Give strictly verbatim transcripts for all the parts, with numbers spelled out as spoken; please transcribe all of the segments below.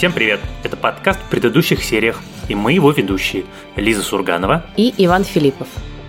Всем привет! Это подкаст в предыдущих сериях, и мы его ведущие Лиза Сурганова и Иван Филиппов.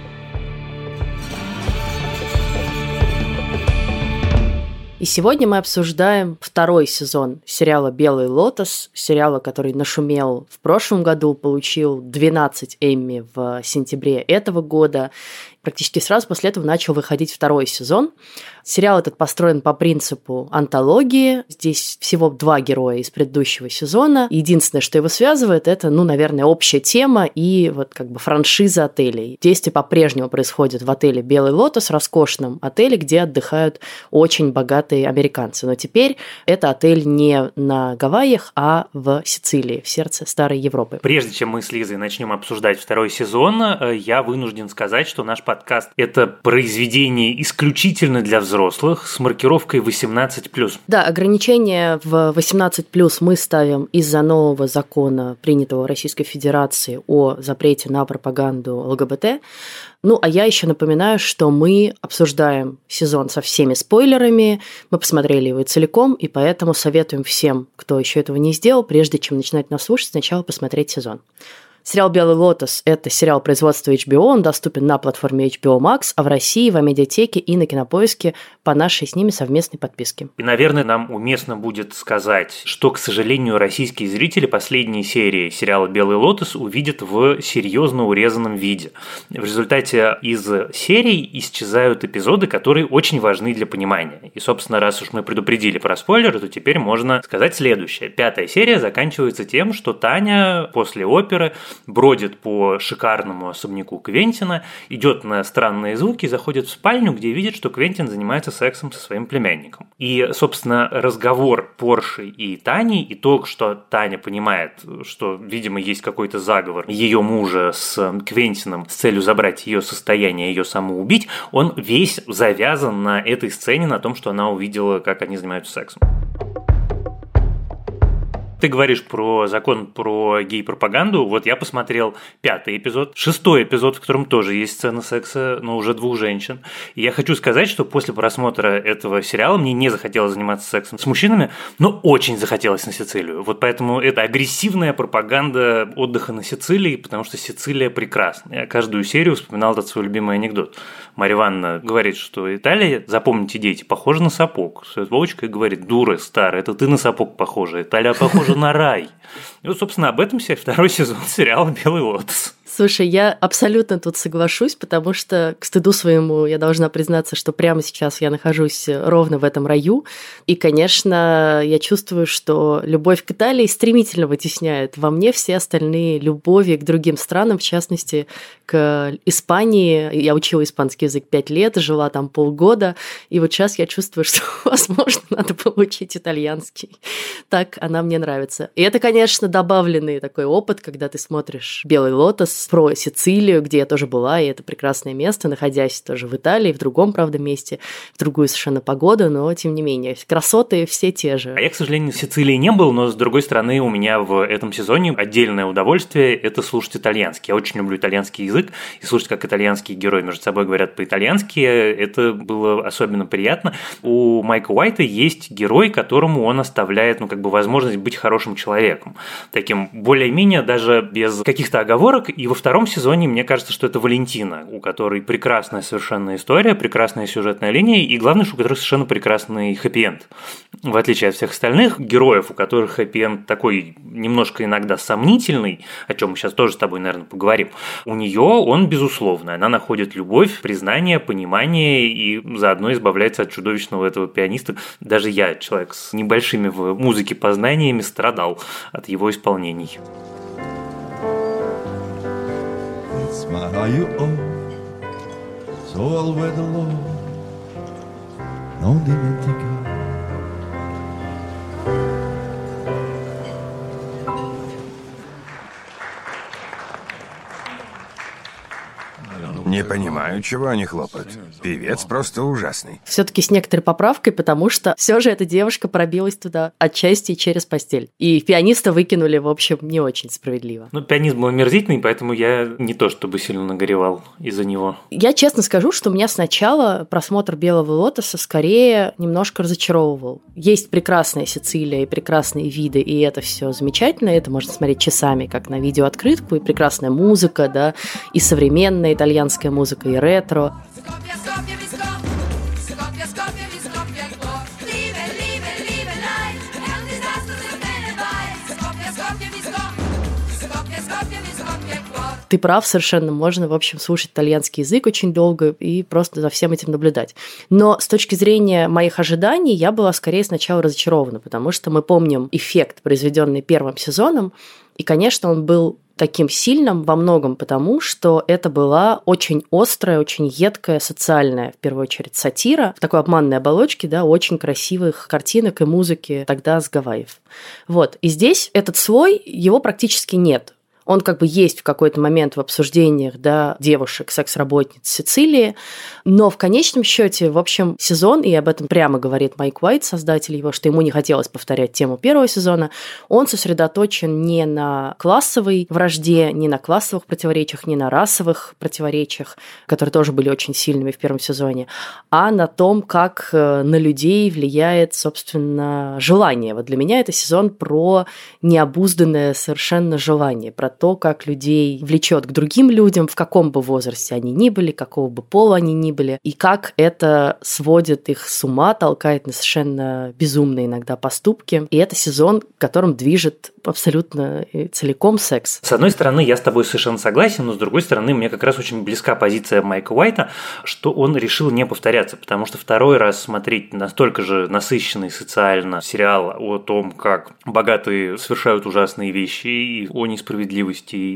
И сегодня мы обсуждаем второй сезон сериала «Белый лотос», сериала, который нашумел в прошлом году, получил двенадцать Эмми в сентябре этого года. Практически сразу после этого начал выходить второй сезон. Сериал этот построен по принципу антологии. Здесь всего два героя из предыдущего сезона. Единственное, что его связывает, это, ну, наверное, общая тема и вот как бы франшиза отелей. Действие по-прежнему происходит в отеле «Белый лотос», роскошном отеле, где отдыхают очень богатые американцы. Но теперь это отель не на Гавайях, а в Сицилии, в сердце старой Европы. Прежде чем мы с Лизой начнем обсуждать второй сезон, я вынужден сказать, что наш подкаст – это произведение исключительно для взрослых с маркировкой восемнадцать плюс. Да, ограничения в восемнадцать плюс мы ставим из-за нового закона, принятого Российской Федерацией о запрете на пропаганду ЛГБТ. Ну, а я еще напоминаю, что мы обсуждаем сезон со всеми спойлерами, мы посмотрели его целиком, и поэтому советуем всем, кто еще этого не сделал, прежде чем начинать нас слушать, сначала посмотреть сезон. Сериал «Белый лотос» – это сериал производства эйч би о, он доступен на платформе эйч би о Max, а в России в Амедиатеке и на Кинопоиске по нашей с ними совместной подписке. И, наверное, нам уместно будет сказать, что, к сожалению, российские зрители последние серии сериала «Белый лотос» увидят в серьезно урезанном виде. В результате из серий исчезают эпизоды, которые очень важны для понимания. И, собственно, раз уж мы предупредили про спойлеры, то теперь можно сказать следующее. Пятая серия заканчивается тем, что Таня после оперы бродит по шикарному особняку Квентина, идет на странные звуки, заходит в спальню, где видит, что Квентин занимается сексом со своим племянником. И, собственно, разговор Порши и Тани, и то, что Таня понимает, что, видимо, есть какой-то заговор ее мужа с Квентином с целью забрать ее состояние, ее самоубить, он весь завязан на этой сцене, на том, что она увидела, как они занимаются сексом. Ты говоришь про закон про гей-пропаганду. Вот я посмотрел пятый эпизод, шестой эпизод, в котором тоже есть сцена секса, но уже двух женщин. И я хочу сказать, что после просмотра этого сериала мне не захотелось заниматься сексом с мужчинами, но очень захотелось на Сицилию. Вот поэтому это агрессивная пропаганда отдыха на Сицилии, потому что Сицилия прекрасна. Я каждую серию вспоминал этот свой любимый анекдот. Марья Ивановна говорит, что Италия, запомните, дети, похожа на сапог. Стоит Вовочка и говорит: дура старая, это ты на сапог похожа, Италия похожа на рай. И вот, собственно, об этом второй сезон сериала «Белый лотос». Слушай, я абсолютно тут соглашусь, потому что, к стыду своему, я должна признаться, что прямо сейчас я нахожусь ровно в этом раю. И, конечно, я чувствую, что любовь к Италии стремительно вытесняет во мне все остальные любови к другим странам, в частности, к Испании. Я учила испанский язык пять лет, жила там полгода, и вот сейчас я чувствую, что, возможно, надо получить итальянский. Так она мне нравится. И это, конечно, добавленный такой опыт, когда ты смотришь «Белый лотос», про Сицилию, где я тоже была, и это прекрасное место, находясь тоже в Италии, в другом, правда, месте, в другую совершенно погоду, но, тем не менее, красоты все те же. А я, к сожалению, в Сицилии не был, но, с другой стороны, у меня в этом сезоне отдельное удовольствие – это слушать итальянский. Я очень люблю итальянский язык, и слушать, как итальянские герои между собой говорят по-итальянски, это было особенно приятно. У Майка Уайта есть герой, которому он оставляет, ну, как бы возможность быть хорошим человеком. Таким более-менее даже без каких-то оговорок. И во втором сезоне, мне кажется, что это Валентина, у которой прекрасная совершенно история, прекрасная сюжетная линия, и главное, что у которой совершенно прекрасный хэппи-энд. В отличие от всех остальных героев, у которых хэппи-энд такой немножко иногда сомнительный, о чем мы сейчас тоже с тобой, наверное, поговорим, у нее он безусловный. Она находит любовь, признание, понимание и заодно избавляется от чудовищного этого пианиста. Даже я, человек с небольшими в музыке познаниями, страдал от его исполнений. Smile oh, so I'll wear the law, non dimenticare. Не понимаю, чего они хлопают. Певец просто ужасный. Все-таки с некоторой поправкой, потому что все же эта девушка пробилась туда отчасти через постель. И пианиста выкинули, в общем, не очень справедливо. Ну, пианист был омерзительный, поэтому я не то чтобы сильно нагоревал из-за него. Я честно скажу, что меня сначала просмотр «Белого лотоса» скорее немножко разочаровывал. Есть прекрасная Сицилия и прекрасные виды, и это все замечательно, это можно смотреть часами, как на видеооткрытку, и прекрасная музыка, да, и современная итальянская музыка, и ретро. Ты прав совершенно, можно, в общем, слушать итальянский язык очень долго и просто за всем этим наблюдать. Но с точки зрения моих ожиданий я была скорее сначала разочарована, потому что мы помним эффект, произведенный первым сезоном, и, конечно, он был таким сильным во многом потому, что это была очень острая, очень едкая, социальная, в первую очередь, сатира в такой обманной оболочке, да, очень красивых картинок и музыки тогда с Гавайев. Вот. И здесь этот слой, его практически нет. Он как бы есть в какой-то момент в обсуждениях, да, девушек, секс-работниц Сицилии, но в конечном счете, в общем, сезон, и об этом прямо говорит Майк Уайт, создатель его, что ему не хотелось повторять тему первого сезона, он сосредоточен не на классовой вражде, не на классовых противоречиях, не на расовых противоречиях, которые тоже были очень сильными в первом сезоне, а на том, как на людей влияет, собственно, желание. Вот для меня это сезон про необузданное совершенно желание, про то, как людей влечет к другим людям, в каком бы возрасте они ни были, какого бы пола они ни были, и как это сводит их с ума, толкает на совершенно безумные иногда поступки. И это сезон, которым движет абсолютно целиком секс. С одной стороны, я с тобой совершенно согласен, но с другой стороны, мне как раз очень близка позиция Майка Уайта, что он решил не повторяться, потому что второй раз смотреть настолько же насыщенный социально сериал о том, как богатые совершают ужасные вещи, и о несправедливости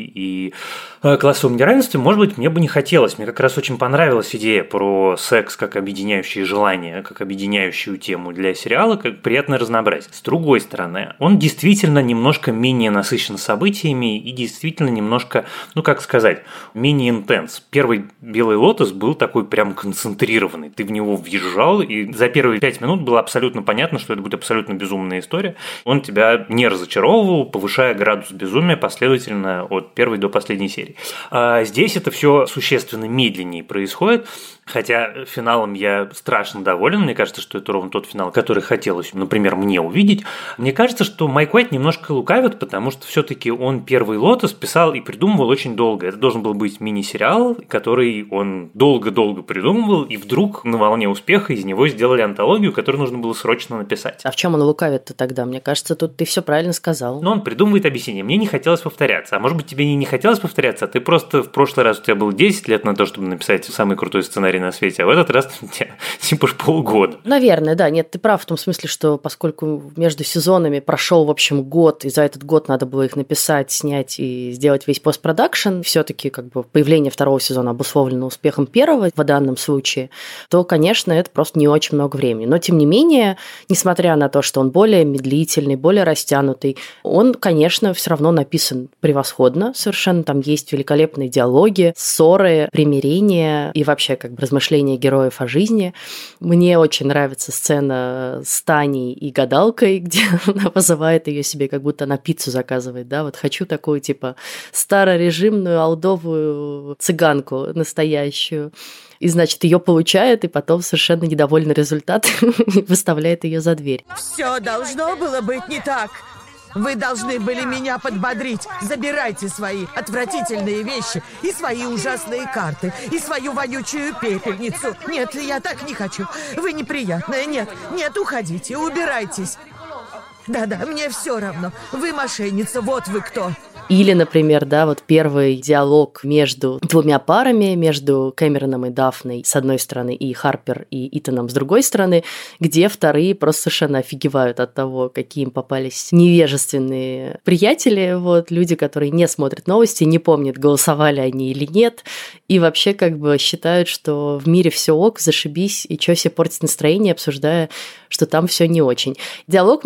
и классовом неравенстве, может быть, мне бы не хотелось. Мне как раз очень понравилась идея про секс как объединяющее желание, как объединяющую тему для сериала, как приятное разнообразие. С другой стороны, он действительно немножко менее насыщен событиями и действительно немножко, ну как сказать, менее интенс. Первый «Белый лотос» был такой прям концентрированный. Ты в него въезжал, и за первые пять минут было абсолютно понятно, что это будет абсолютно безумная история. Он тебя не разочаровывал, повышая градус безумия последовательно от первой до последней серии. А здесь это все существенно медленнее происходит, хотя финалом я страшно доволен. Мне кажется, что это ровно тот финал, который хотелось, например, мне увидеть. Мне кажется, что Майк Уайт немножко лукавит, потому что все-таки он «Первый лотос» писал и придумывал очень долго. Это должен был быть мини-сериал, который он долго-долго придумывал, и вдруг на волне успеха из него сделали антологию, которую нужно было срочно написать. А в чем он лукавит-то тогда? Мне кажется, тут ты все правильно сказал. Но он придумывает объяснение. Мне не хотелось повторяться. А может быть, тебе не хотелось повторяться, а ты просто в прошлый раз у тебя было десять лет на то, чтобы написать самый крутой сценарий на свете, а в этот раз у тебя типа полгода. Наверное, да. Нет, ты прав в том смысле, что поскольку между сезонами прошел, в общем, год, и за этот год надо было их написать, снять и сделать весь постпродакшн, все-таки как бы появление второго сезона обусловлено успехом первого в данном случае, то, конечно, это просто не очень много времени. Но, тем не менее, несмотря на то, что он более медлительный, более растянутый, он, конечно, все равно написан превосходно совершенно. Там есть великолепные диалоги, ссоры, примирения и вообще как бы размышления героев о жизни. Мне очень нравится сцена с Таней и гадалкой, где она вызывает ее себе, как будто она пиццу заказывает, да, вот хочу такую, типа, старорежимную, олдовую цыганку настоящую. И, значит, ее получает, и потом совершенно недовольный результат выставляет ее за дверь. Все должно было быть не так. Вы должны были меня подбодрить. Забирайте свои отвратительные вещи и свои ужасные карты, и свою вонючую пепельницу. Нет, я так не хочу. Вы неприятная. Нет, нет, уходите, убирайтесь. Да-да, мне все равно. Вы мошенница, вот вы кто. Или, например, да, вот первый диалог между двумя парами, между Кэмероном и Дафной с одной стороны и Харпер и Итаном с другой стороны, где вторые просто совершенно офигевают от того, какие им попались невежественные приятели, вот, люди, которые не смотрят новости, не помнят, голосовали они или нет, и вообще как бы считают, что в мире все ок, зашибись, и чё себе портить настроение, обсуждая, что там все не очень. Диалог мне очень нравится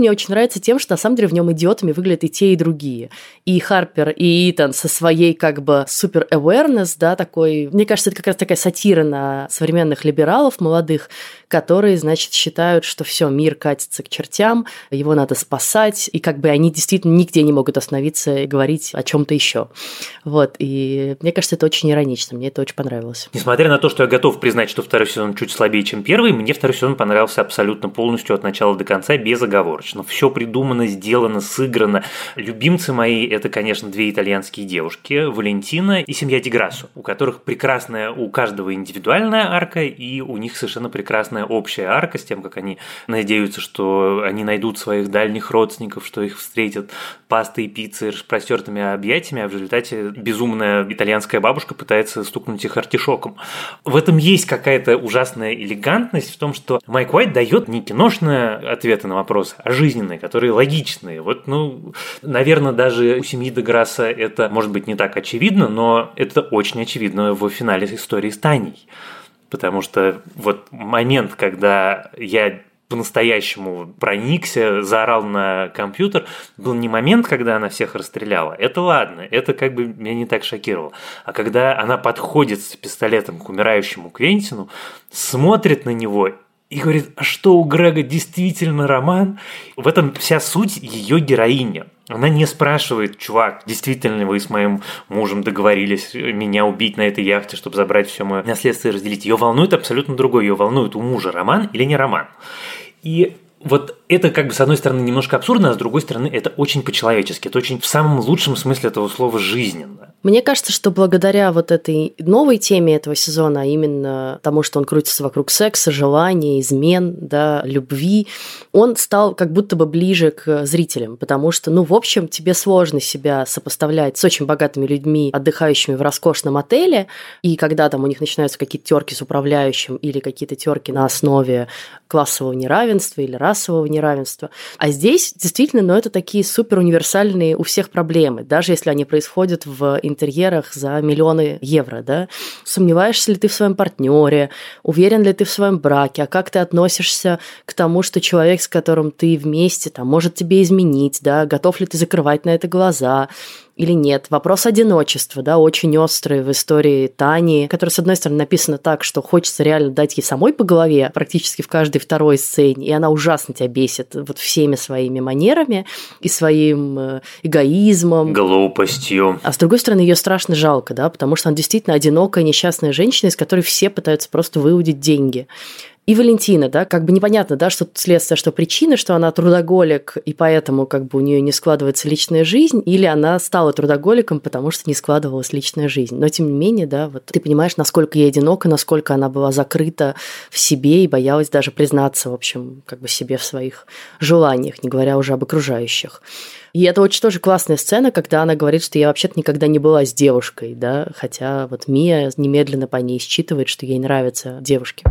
кончается тем, что на самом деле в нем идиотами выглядят и те, и другие. И Харпер, и Итан со своей как бы супер awareness, да, такой, мне кажется, это как раз такая сатира на современных либералов молодых, которые, значит, считают, что все, мир катится к чертям, его надо спасать, и как бы они действительно нигде не могут остановиться и говорить о чем-то еще. Вот, и мне кажется, это очень иронично, мне это очень понравилось. Несмотря на то, что я готов признать, что второй сезон чуть слабее, чем первый, мне второй сезон понравился абсолютно полностью от начала до конца, безоговорочно. Все придумано, сделано, сыграно. Любимцы мои – это, конечно, две итальянские девушки, Валентина и семья Ди Грассо, у которых прекрасная у каждого индивидуальная арка, и у них совершенно прекрасная общая арка с тем, как они надеются, что они найдут своих дальних родственников, что их встретят пастой и пиццей, распростертыми объятиями, а в результате безумная итальянская бабушка пытается стукнуть их артишоком. В этом есть какая-то ужасная элегантность в том, что Майк Уайт дает не киношные ответы на вопросы, а жизненные, которые логичные. Вот, ну, наверное, даже у семьи Де Грасса это может быть не так очевидно, но это очень очевидно в финале истории с Таней. Потому что вот момент, когда я по-настоящему проникся, заорал на компьютер, был не момент, когда она всех расстреляла. Это ладно, это как бы меня не так шокировало. А когда она подходит с пистолетом к умирающему Квентину, смотрит на него и говорит, а что у Грега действительно роман? В этом вся суть ее героини. Она не спрашивает, чувак, действительно ли вы с моим мужем договорились меня убить на этой яхте, чтобы забрать все мое наследство и разделить. Ее волнует абсолютно другое. Ее волнует, у мужа роман или не роман. И вот это как бы с одной стороны немножко абсурдно, а с другой стороны это очень по-человечески, это очень в самом лучшем смысле этого слова жизненно. Мне кажется, что благодаря вот этой новой теме этого сезона, а именно тому, что он крутится вокруг секса, желания, измен, да, любви, он стал как будто бы ближе к зрителям, потому что, ну, в общем, тебе сложно себя сопоставлять с очень богатыми людьми, отдыхающими в роскошном отеле, и когда там у них начинаются какие-то терки с управляющим или какие-то терки на основе классового неравенства или расового неравенства. А здесь действительно, ну, это такие супер универсальные у всех проблемы, даже если они происходят в интерьерах за миллионы евро, да. Сомневаешься ли ты в своем партнере, уверен ли ты в своем браке, а как ты относишься к тому, что человек, с которым ты вместе, там, может тебе изменить, да, готов ли ты закрывать на это глаза или нет. Вопрос одиночества, да, очень острый в истории Тани, которая, с одной стороны, написана так, что хочется реально дать ей самой по голове практически в каждой второй сцене, и она ужасно тебя бесит вот всеми своими манерами и своим эгоизмом. Глупостью. А с другой стороны, ее страшно жалко, да, потому что она действительно одинокая, несчастная женщина, из которой все пытаются просто выудить деньги. И Валентина, да, как бы непонятно, да, что следствие, что причина, что она трудоголик, и поэтому как бы у нее не складывается личная жизнь, или она стала трудоголиком, потому что не складывалась личная жизнь. Но тем не менее, да, вот ты понимаешь, насколько ей одиноко, насколько она была закрыта в себе и боялась даже признаться, в общем, как бы себе в своих желаниях, не говоря уже об окружающих. И это очень тоже классная сцена, когда она говорит, что я вообще-то никогда не была с девушкой, да, хотя вот Мия немедленно по ней считывает, что ей нравятся девушки.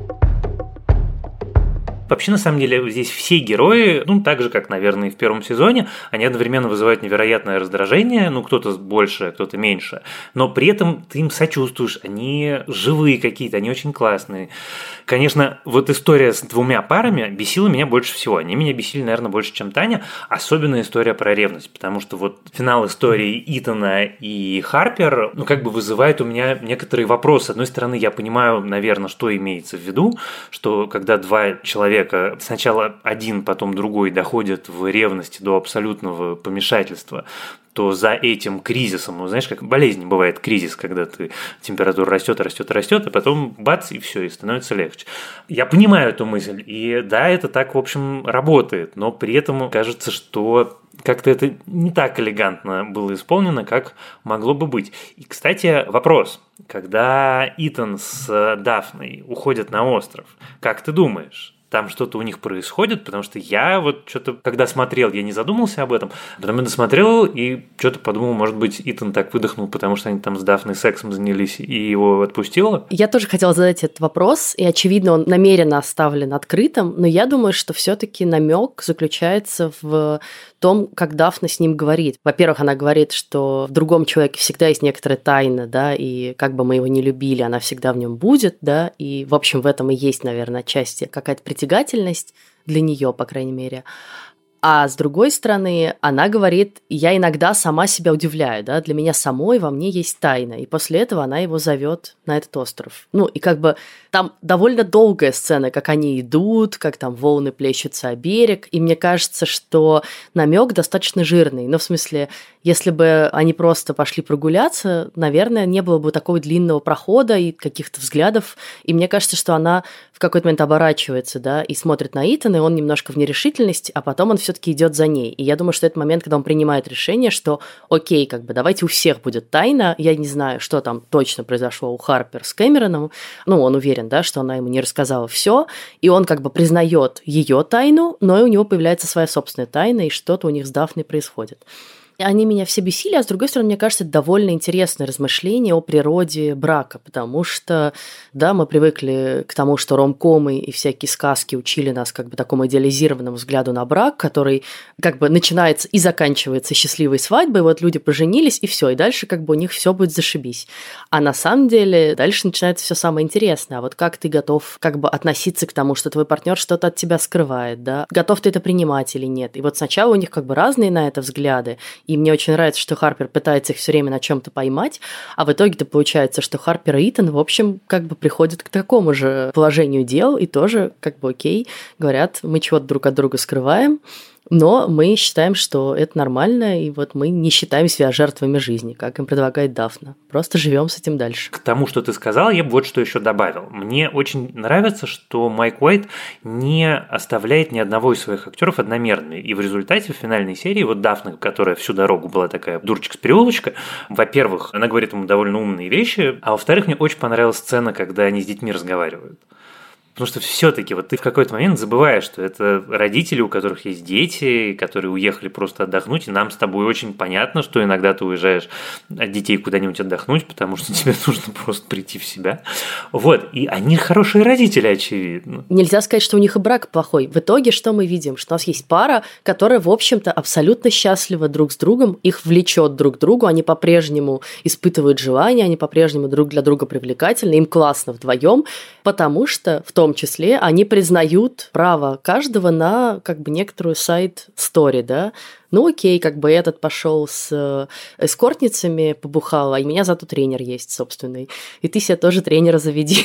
Вообще, на самом деле, здесь все герои, ну, так же, как, наверное, и в первом сезоне, они одновременно вызывают невероятное раздражение, ну, кто-то больше, кто-то меньше, но при этом ты им сочувствуешь, они живые какие-то, они очень классные. Конечно, вот история с двумя парами бесила меня больше всего, они меня бесили, наверное, больше, чем Таня, особенно история про ревность, потому что вот финал истории Итана и Харпер, ну, как бы вызывает у меня некоторые вопросы. С одной стороны, я понимаю, наверное, что имеется в виду, что когда два человека сначала один, потом другой доходят в ревности до абсолютного помешательства, то за этим кризисом, ну, знаешь, как в болезни бывает кризис, когда ты, температура растет, растет, растет, а потом бац, и все, и становится легче. Я понимаю эту мысль, и да, это так, в общем, работает, но при этом кажется, что как-то это не так элегантно было исполнено, как могло бы быть. И, кстати, вопрос. Когда Итан с Дафной уходят на остров, как ты думаешь, там что-то у них происходит? Потому что я вот что-то, когда смотрел, я не задумался об этом, потом я досмотрел и что-то подумал, может быть, Итан так выдохнул, потому что они там с Дафной сексом занялись и его отпустило? Я тоже хотела задать этот вопрос, и, очевидно, он намеренно оставлен открытым, но я думаю, что все-таки намек заключается в том, как Дафна с ним говорит. Во-первых, она говорит, что в другом человеке всегда есть некоторая тайна, да, и как бы мы его не любили, она всегда в нем будет, да, и, в общем, в этом и есть, наверное, отчасти какая-то притягательность для нее, по крайней мере. А с другой стороны, она говорит, я иногда сама себя удивляю, да, для меня самой во мне есть тайна. И после этого она его зовет на этот остров. Ну, и как бы там довольно долгая сцена, как они идут, как там волны плещутся о берег. И мне кажется, что намек достаточно жирный. Ну, в смысле, если бы они просто пошли прогуляться, наверное, не было бы такого длинного прохода и каких-то взглядов. И мне кажется, что она в какой-то момент оборачивается, да, и смотрит на Итана, и он немножко в нерешительности, а потом он все-таки идет за ней. И я думаю, что это момент, когда он принимает решение, что окей, как бы давайте у всех будет тайна. Я не знаю, что там точно произошло у Харпер с Кэмероном. Ну, он уверен, да, что она ему не рассказала все, и он как бы признает ее тайну, но и у него появляется своя собственная тайна, и что-то у них с Дафной происходит. Они меня все бесили, а с другой стороны, мне кажется, это довольно интересное размышление о природе брака, потому что, да, мы привыкли к тому, что ромкомы и всякие сказки учили нас как бы такому идеализированному взгляду на брак, который как бы начинается и заканчивается счастливой свадьбой, вот люди поженились, и все, и дальше как бы у них все будет зашибись. А на самом деле дальше начинается все самое интересное. А вот как ты готов как бы относиться к тому, что твой партнер что-то от тебя скрывает, да? Готов ты это принимать или нет? И вот сначала у них как бы разные на это взгляды, и мне очень нравится, что Харпер пытается их все время на чем-то поймать, а в итоге-то получается, что Харпер и Итан, в общем, как бы приходят к такому же положению дел и тоже как бы окей, говорят, мы чего-то друг от друга скрываем, но мы считаем, что это нормально, и вот мы не считаем себя жертвами жизни, как им предлагает Дафна. Просто живем с этим дальше. К тому, что ты сказал, я бы вот что еще добавил. Мне очень нравится, что Майк Уайт не оставляет ни одного из своих актеров одномерными. И в результате в финальной серии вот Дафна, которая всю дорогу была такая дурочка с переулочка, во-первых, она говорит ему довольно умные вещи, а во-вторых, мне очень понравилась сцена, когда они с детьми разговаривают. Потому что все-таки вот ты в какой-то момент забываешь, что это родители, у которых есть дети, которые уехали просто отдохнуть, и нам с тобой очень понятно, что иногда ты уезжаешь от детей куда-нибудь отдохнуть, потому что тебе нужно просто прийти в себя. Вот, и они хорошие родители, очевидно. Нельзя сказать, что у них и брак плохой. В итоге что мы видим? Что у нас есть пара, которая, в общем-то, абсолютно счастлива друг с другом, их влечет друг к другу, они по-прежнему испытывают желание, они по-прежнему друг для друга привлекательны, им классно вдвоем, потому что в том В том числе они признают право каждого на как бы некоторую сайд-стори, да. Ну окей, как бы этот пошел с эскортницами, побухал, а у меня зато тренер есть собственный. И ты себе тоже тренера заведи.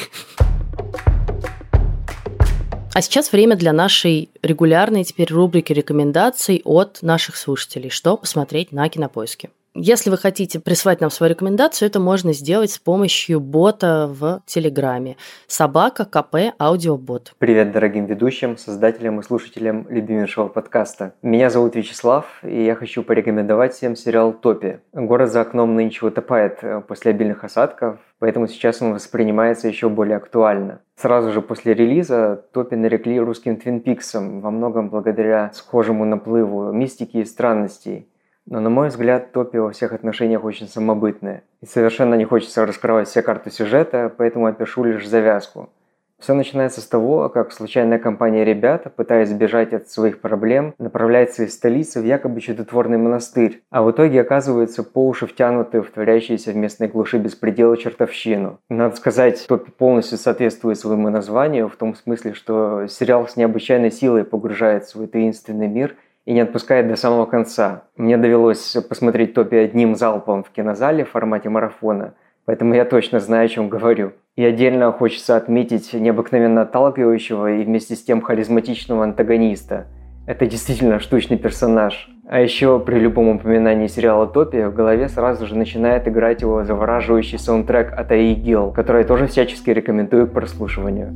А сейчас время для нашей регулярной теперь рубрики рекомендаций от наших слушателей. Что посмотреть на Кинопоиске. Если вы хотите прислать нам свою рекомендацию, это можно сделать с помощью бота в Телеграме. Собака КП Аудиобот. Привет дорогим ведущим, создателям и слушателям любимейшего подкаста. Меня зовут Вячеслав, и я хочу порекомендовать всем сериал «Топи». Город за окном нынче утопает после обильных осадков, поэтому сейчас он воспринимается еще более актуально. Сразу же после релиза «Топи» нарекли русским Твин Пиксом, во многом благодаря схожему наплыву мистики и странностей. Но, на мой взгляд, «Топи» во всех отношениях очень самобытная. И совершенно не хочется раскрывать все карты сюжета, поэтому опишу лишь завязку. Все начинается с того, как случайная компания ребят, пытаясь сбежать от своих проблем, направляется из столицы в якобы чудотворный монастырь, а в итоге оказываются по уши втянуты в творящиеся в местной глуши беспредела чертовщину. Надо сказать, «Топи» полностью соответствует своему названию, в том смысле, что сериал с необычайной силой погружает в свой таинственный мир и не отпускает до самого конца. Мне довелось посмотреть «Топи» одним залпом в кинозале в формате марафона, поэтому я точно знаю, о чем говорю. И отдельно хочется отметить необыкновенно отталкивающего и вместе с тем харизматичного антагониста. Это действительно штучный персонаж. А еще при любом упоминании сериала «Топи» в голове сразу же начинает играть его завораживающий саундтрек от Аи Гил, который я тоже всячески рекомендую к прослушиванию.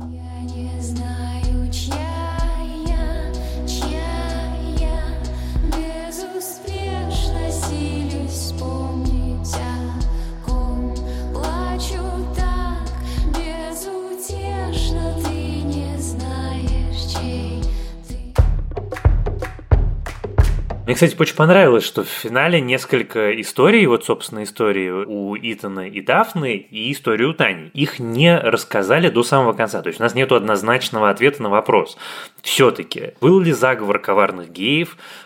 Мне, кстати, очень понравилось, что в финале несколько историй, вот, собственно, истории у Итана и Дафны и историю у Тани. Их не рассказали до самого конца. То есть у нас нет однозначного ответа на вопрос. Все-таки был ли заговор коварных геев,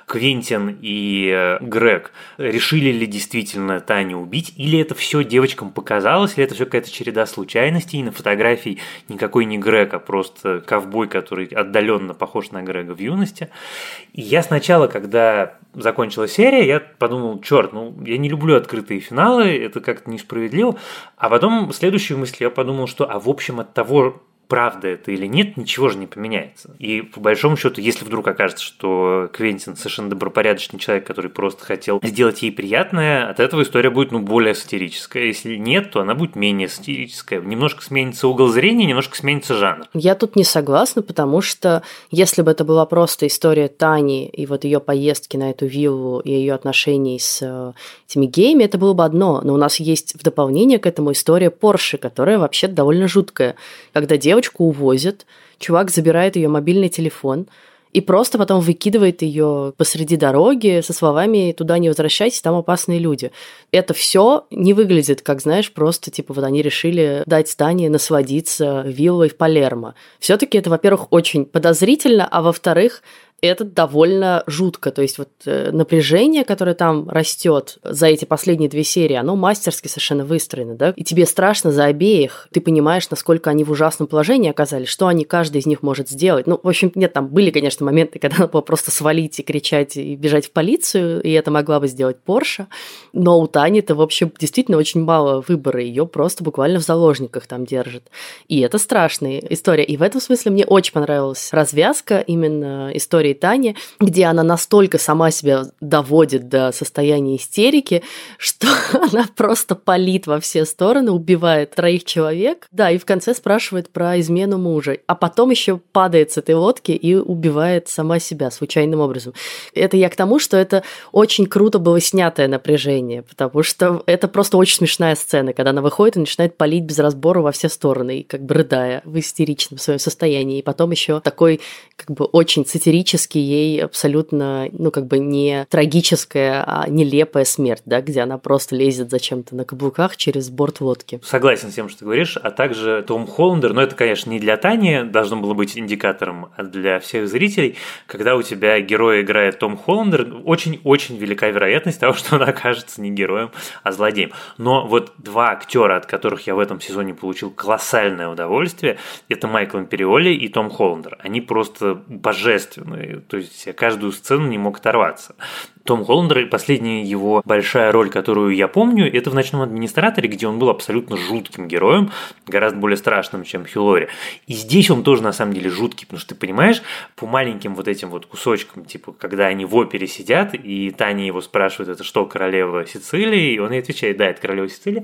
Квентин и Грег решили ли действительно Таню убить, или это все девочкам показалось, или это все какая-то череда случайностей, и на фотографии никакой не Грег, а просто ковбой, который отдаленно похож на Грега в юности. И я сначала, когда закончилась серия, я подумал, черт, ну я не люблю открытые финалы, это как-то несправедливо. А потом следующую мысль я подумал, что а в общем от того, правда это или нет, ничего же не поменяется. И по большому счету, если вдруг окажется, что Квентин совершенно добропорядочный человек, который просто хотел сделать ей приятное, от этого история будет ну, более сатирическая. Если нет, то она будет менее сатирическая. Немножко сменится угол зрения, немножко сменится жанр. Я тут не согласна, потому что если бы это была просто история Тани и вот ее поездки на эту виллу и ее отношений с этими геями, это было бы одно. Но у нас есть в дополнение к этому история Порши, которая вообще довольно жуткая. Когда девушка Девочку увозят, чувак забирает ее мобильный телефон и просто потом выкидывает ее посреди дороги со словами «туда не возвращайтесь, там опасные люди». Это все не выглядит, как, знаешь, просто типа вот они решили дать Тане насладиться виллой в Палермо. Все-таки это, во-первых, очень подозрительно, а во-вторых, это довольно жутко. То есть вот напряжение, которое там растет за эти последние две серии, оно мастерски совершенно выстроено, да? И тебе страшно за обеих. Ты понимаешь, насколько они в ужасном положении оказались, что они, каждый из них может сделать. Ну, в общем, нет, там были, конечно, моменты, когда надо было просто свалить и кричать и бежать в полицию, и это могла бы сделать Порша. Но у Тани-то, в общем, действительно очень мало выбора. Ее просто буквально в заложниках там держат. И это страшная история. И в этом смысле мне очень понравилась развязка именно истории Тани, где она настолько сама себя доводит до состояния истерики, что она просто палит во все стороны, убивает троих человек, да, и в конце спрашивает про измену мужа, а потом еще падает с этой лодки и убивает сама себя случайным образом. Это я к тому, что это очень круто было снятое напряжение, потому что это просто очень смешная сцена, когда она выходит и начинает палить без разбора во все стороны, и как бы рыдая в истеричном своем состоянии, и потом еще такой как бы очень сатирический ей абсолютно, ну, как бы не трагическая, а нелепая смерть, да, где она просто лезет зачем-то на каблуках через борт лодки. Согласен с тем, что ты говоришь, а также Том Холландер, но это, конечно, не для Тани, должно было быть индикатором, а для всех зрителей, когда у тебя герой играет Том Холландер, очень-очень велика вероятность того, что он окажется не героем, а злодеем. Но вот два актера, от которых я в этом сезоне получил колоссальное удовольствие, это Майкл Империоли и Том Холландер. Они просто божественные. То есть я каждую сцену не мог оторваться. Том Холландер, последняя его большая роль, которую я помню, это в «Ночном администраторе», где он был абсолютно жутким героем, гораздо более страшным, чем Хью Лори. И здесь он тоже на самом деле жуткий, потому что ты понимаешь, по маленьким вот этим вот кусочкам, типа, когда они в опере сидят, и Таня его спрашивает, это что, королева Сицилии? И он ей отвечает, да, это королева Сицилии.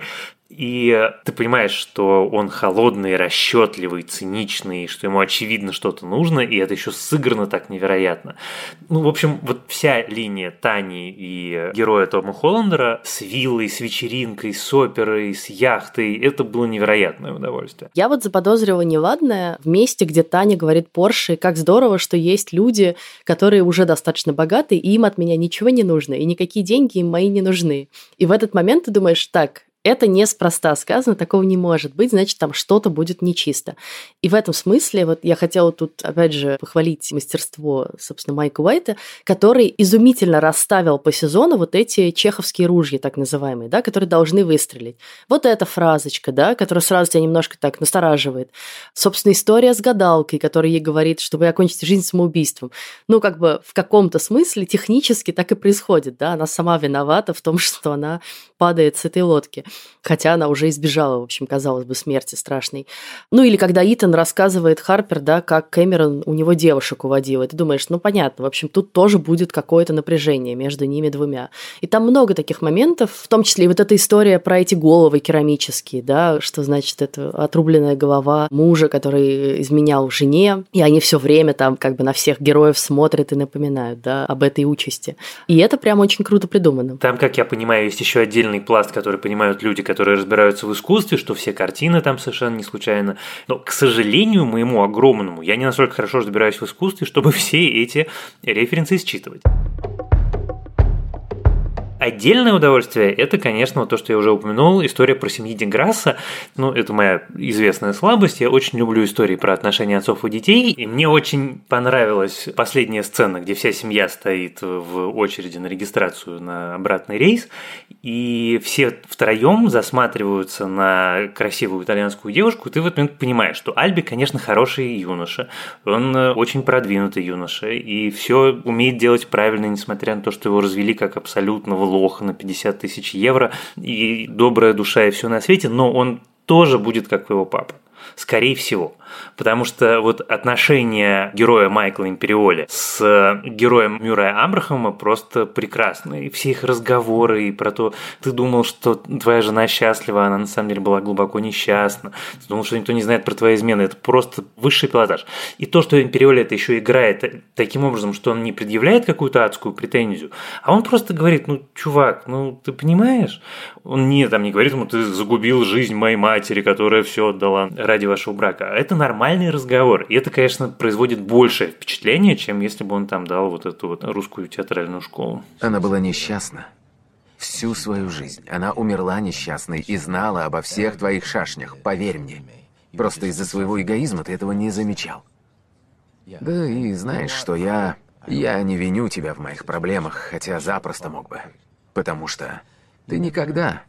И ты понимаешь, что он холодный, расчетливый, циничный, что ему очевидно что-то нужно, и это еще сыграно так невероятно. Ну, в общем, вот вся линия Тани и героя Тома Холландера с виллой, с вечеринкой, с оперой, с яхтой, это было невероятное удовольствие. Я вот заподозрила неладное в месте, где Таня говорит Порше, как здорово, что есть люди, которые уже достаточно богаты, и им от меня ничего не нужно, и никакие деньги им мои не нужны. И в этот момент ты думаешь, так, это неспроста сказано, такого не может быть, значит, там что-то будет нечисто. И в этом смысле вот я хотела тут, опять же, похвалить мастерство, собственно, Майка Уайта, который изумительно расставил по сезону вот эти чеховские ружья, так называемые, да, которые должны выстрелить. Вот эта фразочка, да, которая сразу тебя немножко так настораживает. Собственно, история с гадалкой, которая ей говорит, что вы окончите жизнь самоубийством. Ну, как бы в каком-то смысле технически так и происходит, да, она сама виновата в том, что она падает с этой лодки. Хотя она уже избежала, в общем, казалось бы, смерти страшной. Ну или когда Итан рассказывает Харпер, да, как Кэмерон у него девушек уводил, и ты думаешь, ну понятно, в общем, тут тоже будет какое-то напряжение между ними двумя. И там много таких моментов, в том числе и вот эта история про эти головы керамические, да, что значит это отрубленная голова мужа, который изменял жене, и они все время там как бы на всех героев смотрят и напоминают, да, об этой участи. И это прям очень круто придумано. Там, как я понимаю, есть еще отдельный пласт, который понимают люди, которые разбираются в искусстве, что все картины там совершенно не случайно. Но, к сожалению, моему огромному, я не настолько хорошо разбираюсь в искусстве, чтобы все эти референсы считывать. Отдельное удовольствие – это, конечно, вот то, что я уже упомянул, история про семьи Деграсса. Ну, это моя известная слабость. Я очень люблю истории про отношения отцов и детей. И мне очень понравилась последняя сцена, где вся семья стоит в очереди на регистрацию на обратный рейс. И все втроем засматриваются на красивую итальянскую девушку. И ты в этот момент понимаешь, что Альби, конечно, хороший юноша. Он очень продвинутый юноша. И все умеет делать правильно, несмотря на то, что его развели как абсолютного лоха на пятьдесят тысяч евро, и добрая душа, и все на свете, но он тоже будет как его папа. Скорее всего. Потому что вот отношения героя Майкла Империоли с героем Мюррея Абрахама просто прекрасны. И все их разговоры, и про то, ты думал, что твоя жена счастлива, она на самом деле была глубоко несчастна. Ты думал, что никто не знает про твои измены. Это просто высший пилотаж. И то, что Империоли это еще играет таким образом, что он не предъявляет какую-то адскую претензию, а он просто говорит, ну, чувак, ну, ты понимаешь? Он не, там, не говорит ему, ты загубил жизнь моей матери, которая все отдала ради вашего брака. А это нормальный разговор. И это, конечно, производит большее впечатление, чем если бы он там дал вот эту вот русскую театральную школу. Она была несчастна всю свою жизнь. Она умерла несчастной и знала обо всех твоих шашнях, поверь мне. Просто из-за своего эгоизма ты этого не замечал. Да и знаешь, что я... Я не виню тебя в моих проблемах, хотя запросто мог бы. Потому что ты никогда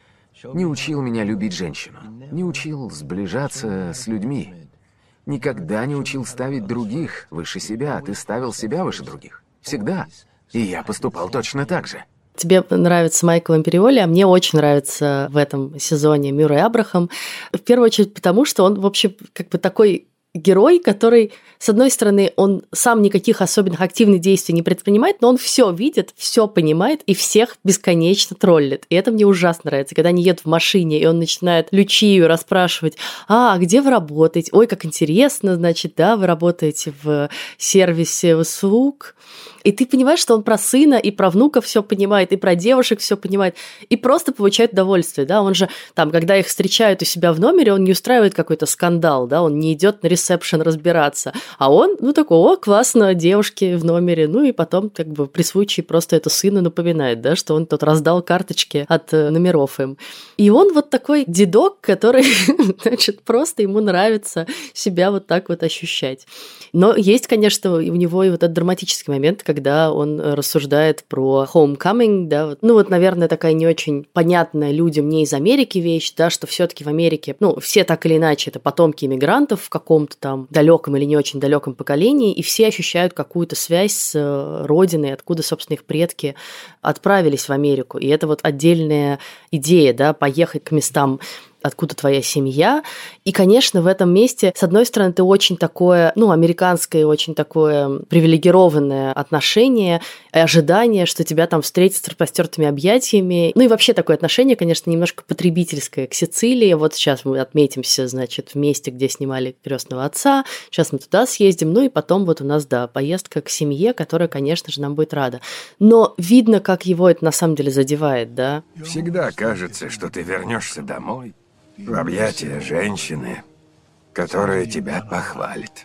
не учил меня любить женщину, не учил сближаться с людьми, никогда не учил ставить других выше себя, ты ставил себя выше других. Всегда. И я поступал точно так же. Тебе нравится Майкл Империоли, а мне очень нравится в этом сезоне Мюррей Абрахам. В первую очередь потому, что он, в общем, как бы такой герой, который, с одной стороны, он сам никаких особенных активных действий не предпринимает, но он все видит, все понимает и всех бесконечно троллит. И это мне ужасно нравится. Когда они едут в машине, и он начинает Лючию расспрашивать, а, где вы работаете? Ой, как интересно, значит, да, вы работаете в сервисе услуг. И ты понимаешь, что он про сына и про внука все понимает, и про девушек все понимает, и просто получает удовольствие, да, он же там, когда их встречают у себя в номере, он не устраивает какой-то скандал, да, он не идет на ресепшн разбираться, а он, ну, такой, о, классно, девушки в номере, ну, и потом, как бы, при случае просто это сыну напоминает, да, что он тут раздал карточки от номеров им. И он вот такой дедок, который, значит, просто ему нравится себя вот так вот ощущать. Но есть, конечно, у него и вот этот драматический момент, когда он рассуждает про homecoming, да, вот, ну вот, наверное, такая не очень понятная людям не из Америки вещь, да, что все-таки в Америке, ну, все так или иначе это потомки иммигрантов в каком-то там далеком или не очень далеком поколении, и все ощущают какую-то связь с родиной, откуда, собственно, их предки отправились в Америку. И это вот отдельная идея, да, поехать к местам, откуда твоя семья. И, конечно, в этом месте, с одной стороны, ты очень такое, ну, американское, очень такое привилегированное отношение, ожидание, что тебя там встретят с распростертыми объятиями. Ну и вообще такое отношение, конечно, немножко потребительское к Сицилии. Вот сейчас мы отметимся, значит, в месте, где снимали «Крестного отца». Сейчас мы туда съездим. Ну и потом вот у нас, да, поездка к семье, которая, конечно же, нам будет рада. Но видно, как его это на самом деле задевает, да? Всегда кажется, что ты вернешься домой в объятия женщины, которая тебя похвалит.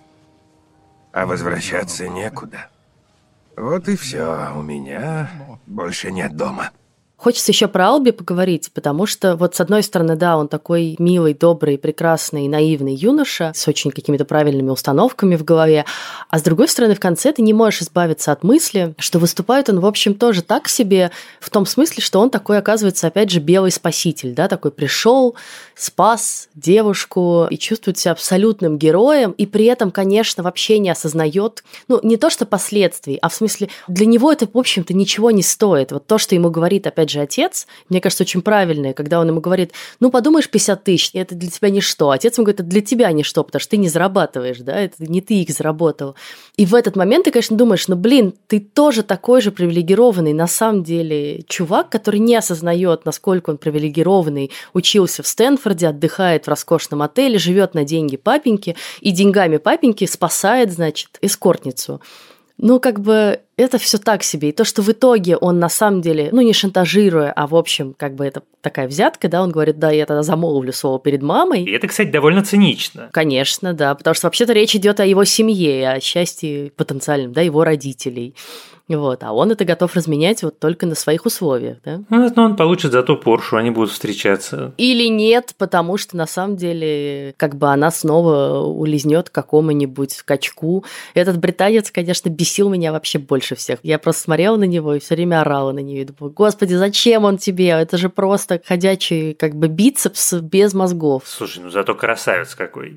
А возвращаться некуда. Вот и все, у меня больше нет дома. Хочется еще про Алби поговорить, потому что вот с одной стороны, да, он такой милый, добрый, прекрасный, наивный юноша с очень какими-то правильными установками в голове, а с другой стороны, в конце ты не можешь избавиться от мысли, что выступает он, в общем, тоже так себе, в том смысле, что он такой, оказывается, опять же, белый спаситель, да, такой пришел, спас девушку и чувствует себя абсолютным героем, и при этом, конечно, вообще не осознает, ну, не то что последствий, а в смысле, для него это, в общем-то, ничего не стоит. Вот то, что ему говорит, опять же, отец, мне кажется, очень правильное, когда он ему говорит, ну, подумаешь, пятьдесят тысяч, это для тебя ничто. Отец ему говорит, это для тебя ничто, потому что ты не зарабатываешь, да, это не ты их заработал. И в этот момент ты, конечно, думаешь, ну, блин, ты тоже такой же привилегированный, на самом деле, чувак, который не осознает, насколько он привилегированный, учился в Стэнфорде, отдыхает в роскошном отеле, живет на деньги папеньки, и деньгами папеньки спасает, значит, эскортницу. Ну, как бы, это все так себе. И то, что в итоге он на самом деле, ну, не шантажируя, а в общем, как бы это такая взятка, да, он говорит, да, я тогда замолвлю слово перед мамой. И это, кстати, довольно цинично. Конечно, да, потому что вообще-то речь идет о его семье, о счастье потенциальном, да, его родителей. Вот, а он это готов разменять вот только на своих условиях, да? Ну, но он получит зато Поршу, они будут встречаться. Или нет, потому что на самом деле как бы она снова улизнет к какому-нибудь качку. Этот британец, конечно, бесил меня вообще больше всех. Я просто смотрела на него и все время орала на нее. И думала, господи, зачем он тебе? Это же просто ходячий как бы бицепс без мозгов. Слушай, ну зато красавец какой.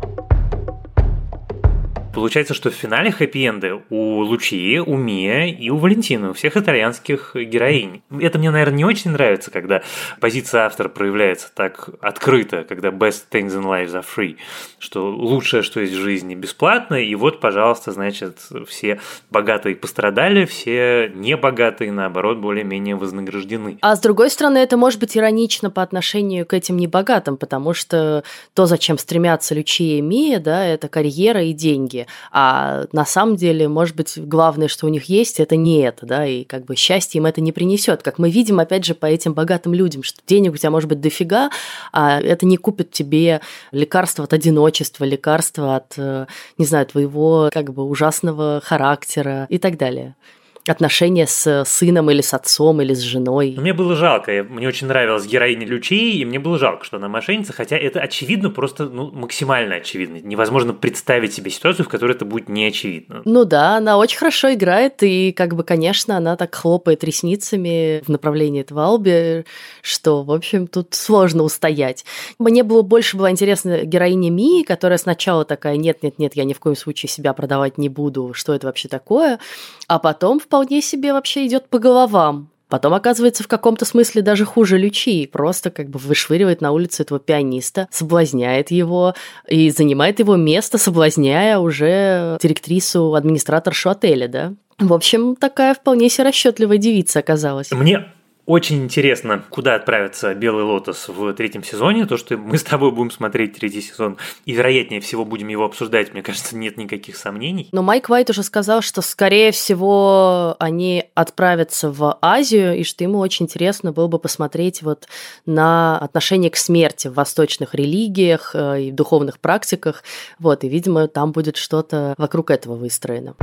Получается, что в финале хэппи-энды у Лучии, у Мии и у Валентины, у всех итальянских героинь. Это мне, наверное, не очень нравится, когда позиция автора проявляется так открыто, когда best things in life are free, что лучшее, что есть в жизни, бесплатно, и вот, пожалуйста, значит, все богатые пострадали, все небогатые, наоборот, более-менее вознаграждены. А с другой стороны, это может быть иронично по отношению к этим небогатым, потому что то, зачем стремятся Лючия и Мия, да, это карьера и деньги. А на самом деле, может быть, главное, что у них есть, это не это, да, и как бы счастье им это не принесет. Как мы видим, опять же, по этим богатым людям, что денег у тебя может быть дофига, а это не купит тебе лекарства от одиночества, лекарства от, не знаю, твоего как бы ужасного характера и так далее. Отношения с сыном или с отцом, или с женой. Мне было жалко, мне очень нравилась героиня Лючии, и мне было жалко, что она мошенница, хотя это очевидно, просто ну, максимально очевидно. Невозможно представить себе ситуацию, в которой это будет не очевидно. Ну да, она очень хорошо играет, и как бы, конечно, она так хлопает ресницами в направлении Твалби, что, в общем, тут сложно устоять. Мне было больше была интересна героиня Мии, которая сначала такая, нет-нет-нет, я ни в коем случае себя продавать не буду, что это вообще такое, а потом вполне себе вообще идет по головам. Потом оказывается в каком-то смысле даже хуже Лючии. Просто как бы вышвыривает на улицу этого пианиста, соблазняет его и занимает его место, соблазняя уже директрису, администраторшу отеля, да. В общем, такая вполне себе расчетливая девица оказалась. Мне очень интересно, куда отправится Белый Лотос в третьем сезоне. То, что мы с тобой будем смотреть третий сезон, и, вероятнее всего, будем его обсуждать, мне кажется, нет никаких сомнений. Но Майк Уайт уже сказал, что, скорее всего, они отправятся в Азию, и что ему очень интересно было бы посмотреть вот на отношение к смерти в восточных религиях и духовных практиках. Вот, и, видимо, там будет что-то вокруг этого выстроено.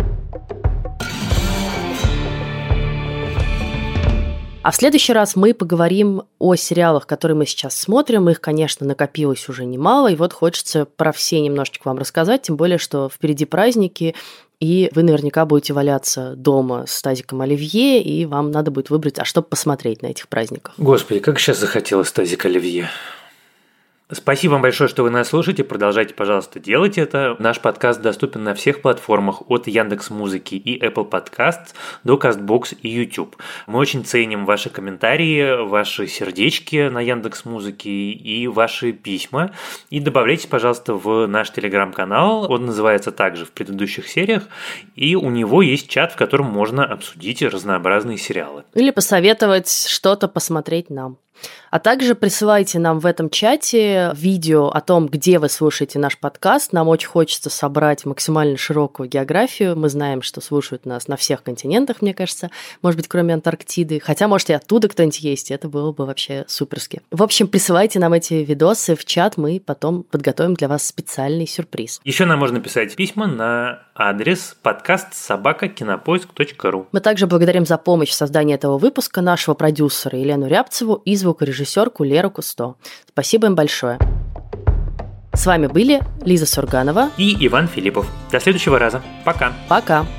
А в следующий раз мы поговорим о сериалах, которые мы сейчас смотрим. Их, конечно, накопилось уже немало, и вот хочется про все немножечко вам рассказать, тем более, что впереди праздники, и вы наверняка будете валяться дома с тазиком оливье, и вам надо будет выбрать, а что посмотреть на этих праздниках. Господи, как сейчас захотелось тазик оливье. Спасибо вам большое, что вы нас слушаете. Продолжайте, пожалуйста, делать это. Наш подкаст доступен на всех платформах от Яндекс.Музыки и Apple Podcasts до Castbox и YouTube. Мы очень ценим ваши комментарии, ваши сердечки на Яндекс.Музыке и ваши письма. И добавляйтесь, пожалуйста, в наш телеграм-канал. Он называется также в предыдущих сериях. И у него есть чат, в котором можно обсудить разнообразные сериалы. Или посоветовать что-то посмотреть нам. А также присылайте нам в этом чате видео о том, где вы слушаете наш подкаст. Нам очень хочется собрать максимально широкую географию. Мы знаем, что слушают нас на всех континентах, мне кажется. Может быть, кроме Антарктиды. Хотя, может, и оттуда кто-нибудь есть. Это было бы вообще суперски. В общем, присылайте нам эти видосы в чат. Мы потом подготовим для вас специальный сюрприз. Еще нам можно писать письма на адрес подкаст собака кинопоиск точка ру. Мы также благодарим за помощь в создании этого выпуска нашего продюсера Елену Рябцеву и звукорежиссерку Леру Кусто. Спасибо им большое. С вами были Лиза Сурганова и Иван Филиппов. До следующего раза. Пока. Пока.